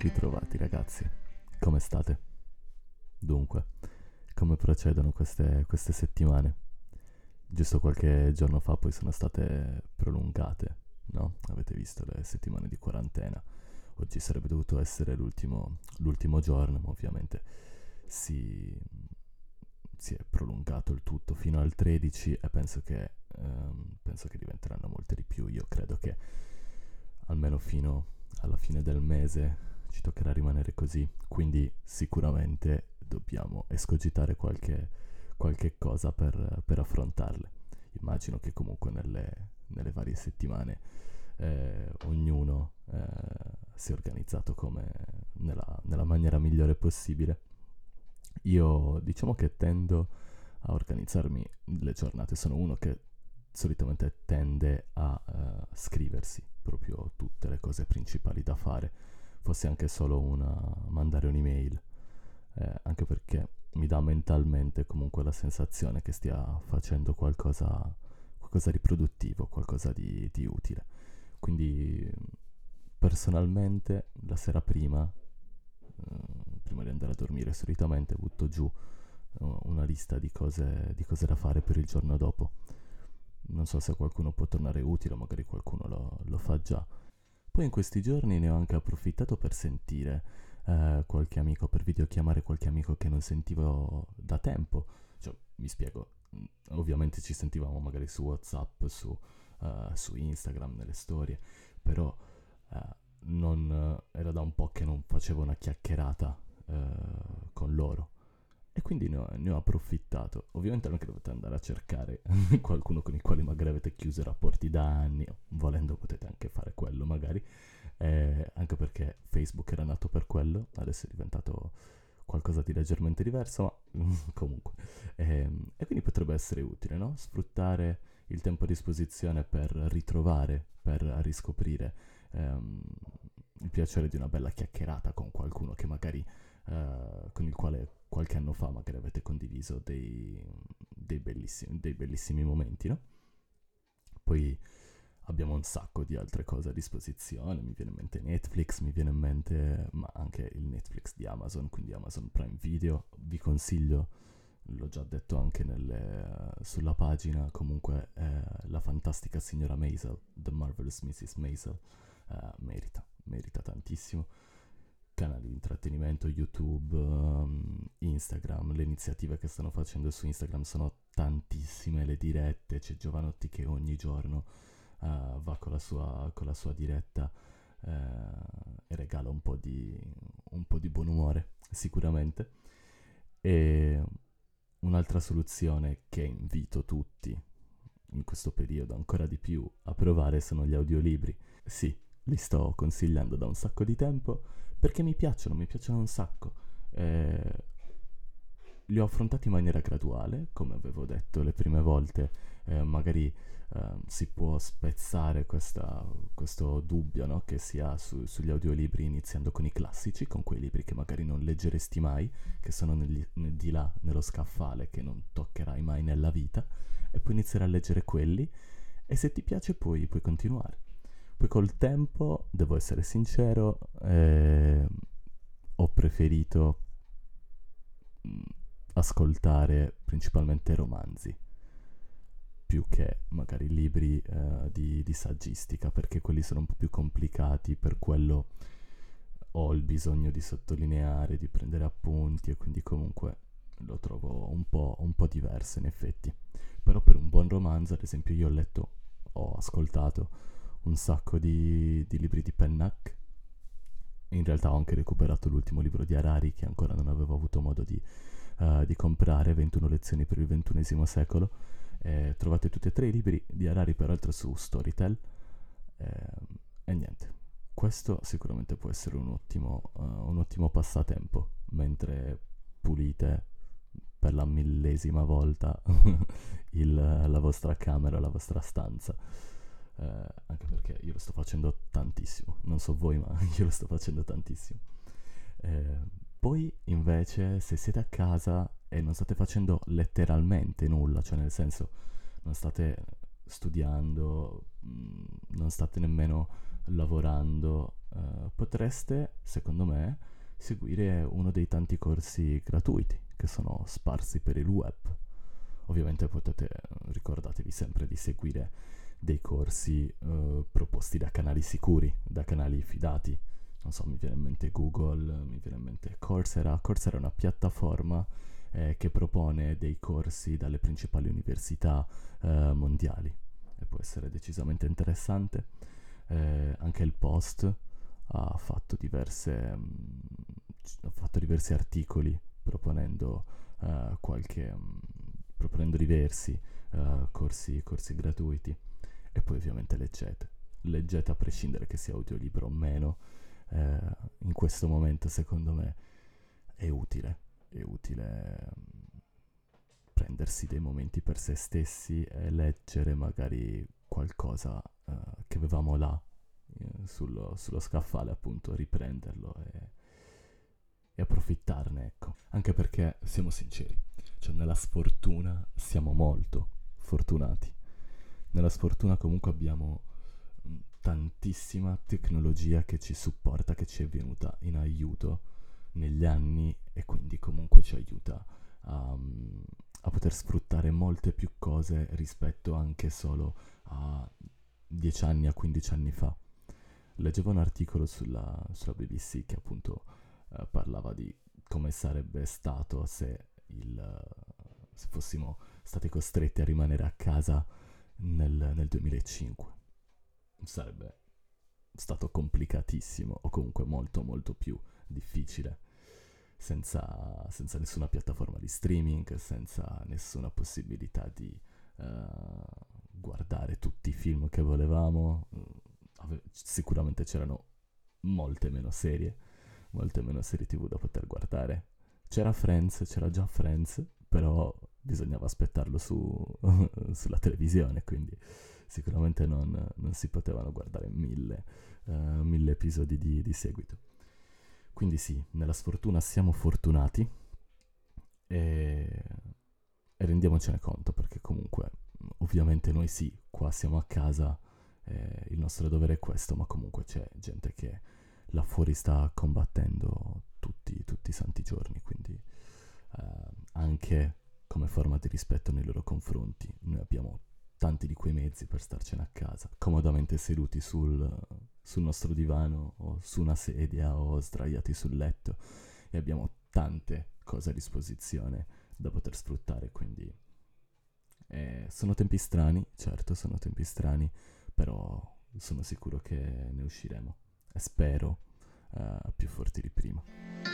ritrovati ragazzi, come state? Dunque, come procedono queste settimane? Giusto qualche giorno fa poi sono state prolungate, no? Avete visto le settimane di quarantena. Oggi sarebbe dovuto essere l'ultimo giorno, ma ovviamente si, si è prolungato il tutto fino al 13 e penso che diventeranno molte di più. Io credo che almeno fino alla fine del mese ci toccherà rimanere così, quindi sicuramente dobbiamo escogitare qualche cosa per affrontarle. Immagino che comunque nelle varie settimane ognuno si è organizzato come nella maniera migliore possibile. Io diciamo che tendo a organizzarmi le giornate, sono uno che solitamente tende a scriversi proprio tutte le cose principali da fare, fosse anche solo mandare un'email, anche perché mi dà mentalmente comunque la sensazione che stia facendo qualcosa di produttivo, qualcosa di utile. Quindi personalmente la sera prima di andare a dormire solitamente butto giù una lista di cose da fare per il giorno dopo. Non so se a qualcuno può tornare utile, magari qualcuno lo fa già. Poi in questi giorni ne ho anche approfittato per sentire qualche amico, per videochiamare qualche amico che non sentivo da tempo. Cioè, mi spiego, ovviamente ci sentivamo magari su WhatsApp, su Instagram, nelle storie, però era da un po' che non facevo una chiacchierata con loro. E quindi ne ho approfittato. Ovviamente non è che dovete andare a cercare qualcuno con il quale magari avete chiuso i rapporti da anni, o volendo potete anche fare quello magari, anche perché Facebook era nato per quello, adesso è diventato qualcosa di leggermente diverso, ma comunque. E quindi potrebbe essere utile, no? Sfruttare il tempo a disposizione per ritrovare, per riscoprire ehm, il piacere di una bella chiacchierata con qualcuno che magari con il quale qualche anno fa magari avete condiviso dei bellissimi momenti, no? Poi abbiamo un sacco di altre cose a disposizione, mi viene in mente Netflix, mi viene in mente ma anche il Netflix di Amazon, quindi Amazon Prime Video, vi consiglio, l'ho già detto anche sulla pagina, comunque la fantastica signora Maisel, The Marvelous Mrs. Maisel, merita tantissimo. Canali di intrattenimento, YouTube, Instagram, le iniziative che stanno facendo su Instagram sono tantissime, le dirette, c'è Giovanotti che ogni giorno va con la sua diretta e regala un po' di buon umore, sicuramente. E un'altra soluzione che invito tutti in questo periodo ancora di più a provare sono gli audiolibri. Sì, li sto consigliando da un sacco di tempo perché mi piacciono un sacco. Eh, Li ho affrontati in maniera graduale, come avevo detto le prime volte, magari si può spezzare questo dubbio, no, che si ha sugli audiolibri iniziando con i classici, con quei libri che magari non leggeresti mai, che sono di là nello scaffale, che non toccherai mai nella vita, e poi iniziare a leggere quelli e se ti piace puoi continuare. Poi col tempo, devo essere sincero, ho preferito mh, ascoltare principalmente romanzi più che magari libri di saggistica, perché quelli sono un po' più complicati, per quello ho il bisogno di sottolineare, di prendere appunti e quindi comunque lo trovo un po' diverso in effetti. Però per un buon romanzo, ad esempio, io ho ascoltato un sacco di libri di Pennac. In realtà ho anche recuperato l'ultimo libro di Harari che ancora non avevo avuto modo di comprare, 21 lezioni per il XXI secolo. Trovate tutti e tre i libri di Harari peraltro su Storytel. E niente, questo sicuramente può essere un ottimo passatempo mentre pulite per la millesima volta la vostra camera, la vostra stanza. Anche perché io lo sto facendo tantissimo, non so voi, ma io lo sto facendo tantissimo. Eh, Poi invece, se siete a casa e non state facendo letteralmente nulla, cioè nel senso non state studiando, non state nemmeno lavorando, potreste, secondo me, seguire uno dei tanti corsi gratuiti che sono sparsi per il web. Ovviamente ricordatevi sempre di seguire dei corsi proposti da canali sicuri, da canali fidati. Non so, mi viene in mente Google, mi viene in mente Coursera. Coursera è una piattaforma che propone dei corsi dalle principali università mondiali e può essere decisamente interessante. Anche il Post ha fatto diversi articoli proponendo proponendo diversi corsi gratuiti. E poi ovviamente leggete a prescindere che sia audiolibro o meno. In questo momento secondo me è utile prendersi dei momenti per se stessi e leggere magari qualcosa che avevamo là sullo scaffale, appunto, riprenderlo e approfittarne, ecco. Anche perché, siamo sinceri, cioè nella sfortuna siamo molto fortunati. Nella sfortuna comunque abbiamo tantissima tecnologia che ci supporta, che ci è venuta in aiuto negli anni e quindi comunque ci aiuta a poter sfruttare molte più cose rispetto anche solo a 10 anni, a 15 anni fa. Leggevo un articolo sulla BBC che appunto parlava di come sarebbe stato se fossimo stati costretti a rimanere a casa nel 2005. Sarebbe stato complicatissimo o comunque molto molto più difficile, senza nessuna piattaforma di streaming, senza nessuna possibilità di guardare tutti i film che volevamo. Sicuramente c'erano molte meno serie TV da poter guardare. C'era già Friends, però bisognava aspettarlo sulla televisione, quindi sicuramente non si potevano guardare mille episodi di seguito. Quindi sì, nella sfortuna siamo fortunati e rendiamocene conto, perché comunque ovviamente noi sì, qua siamo a casa, il nostro dovere è questo, ma comunque c'è gente che là fuori sta combattendo tutti i santi giorni, quindi anche come forma di rispetto nei loro confronti noi abbiamo tanti di quei mezzi per starcene a casa, comodamente seduti sul nostro divano o su una sedia o sdraiati sul letto, e abbiamo tante cose a disposizione da poter sfruttare, quindi sono tempi strani, certo, sono tempi strani, però sono sicuro che ne usciremo e spero più forti di prima.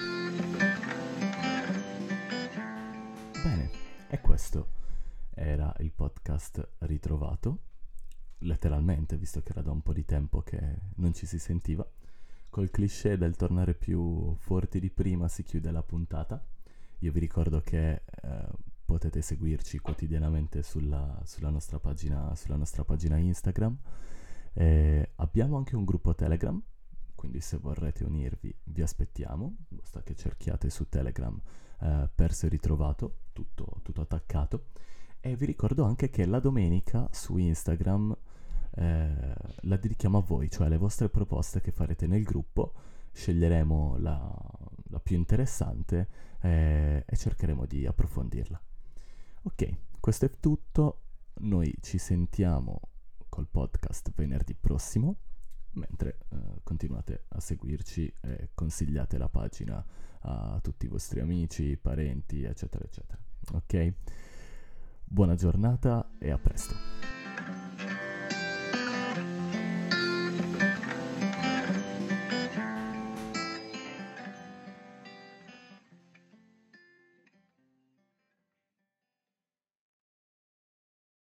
Bene, e questo era il podcast ritrovato, letteralmente, visto che era da un po' di tempo che non ci si sentiva. Col cliché del tornare più forti di prima si chiude la puntata. Io vi ricordo che potete seguirci quotidianamente sulla nostra pagina Instagram. Abbiamo anche un gruppo Telegram, quindi se vorrete unirvi vi aspettiamo, basta che cerchiate su Telegram Perso e Ritrovato, tutto attaccato. E vi ricordo anche che la domenica su Instagram la dedichiamo a voi, cioè alle vostre proposte che farete nel gruppo. Sceglieremo la più interessante e cercheremo di approfondirla. Ok, questo è tutto. Noi ci sentiamo col podcast venerdì prossimo, mentre continuate a seguirci e consigliate la pagina a tutti i vostri amici, parenti, eccetera, eccetera. Ok? Buona giornata e a presto.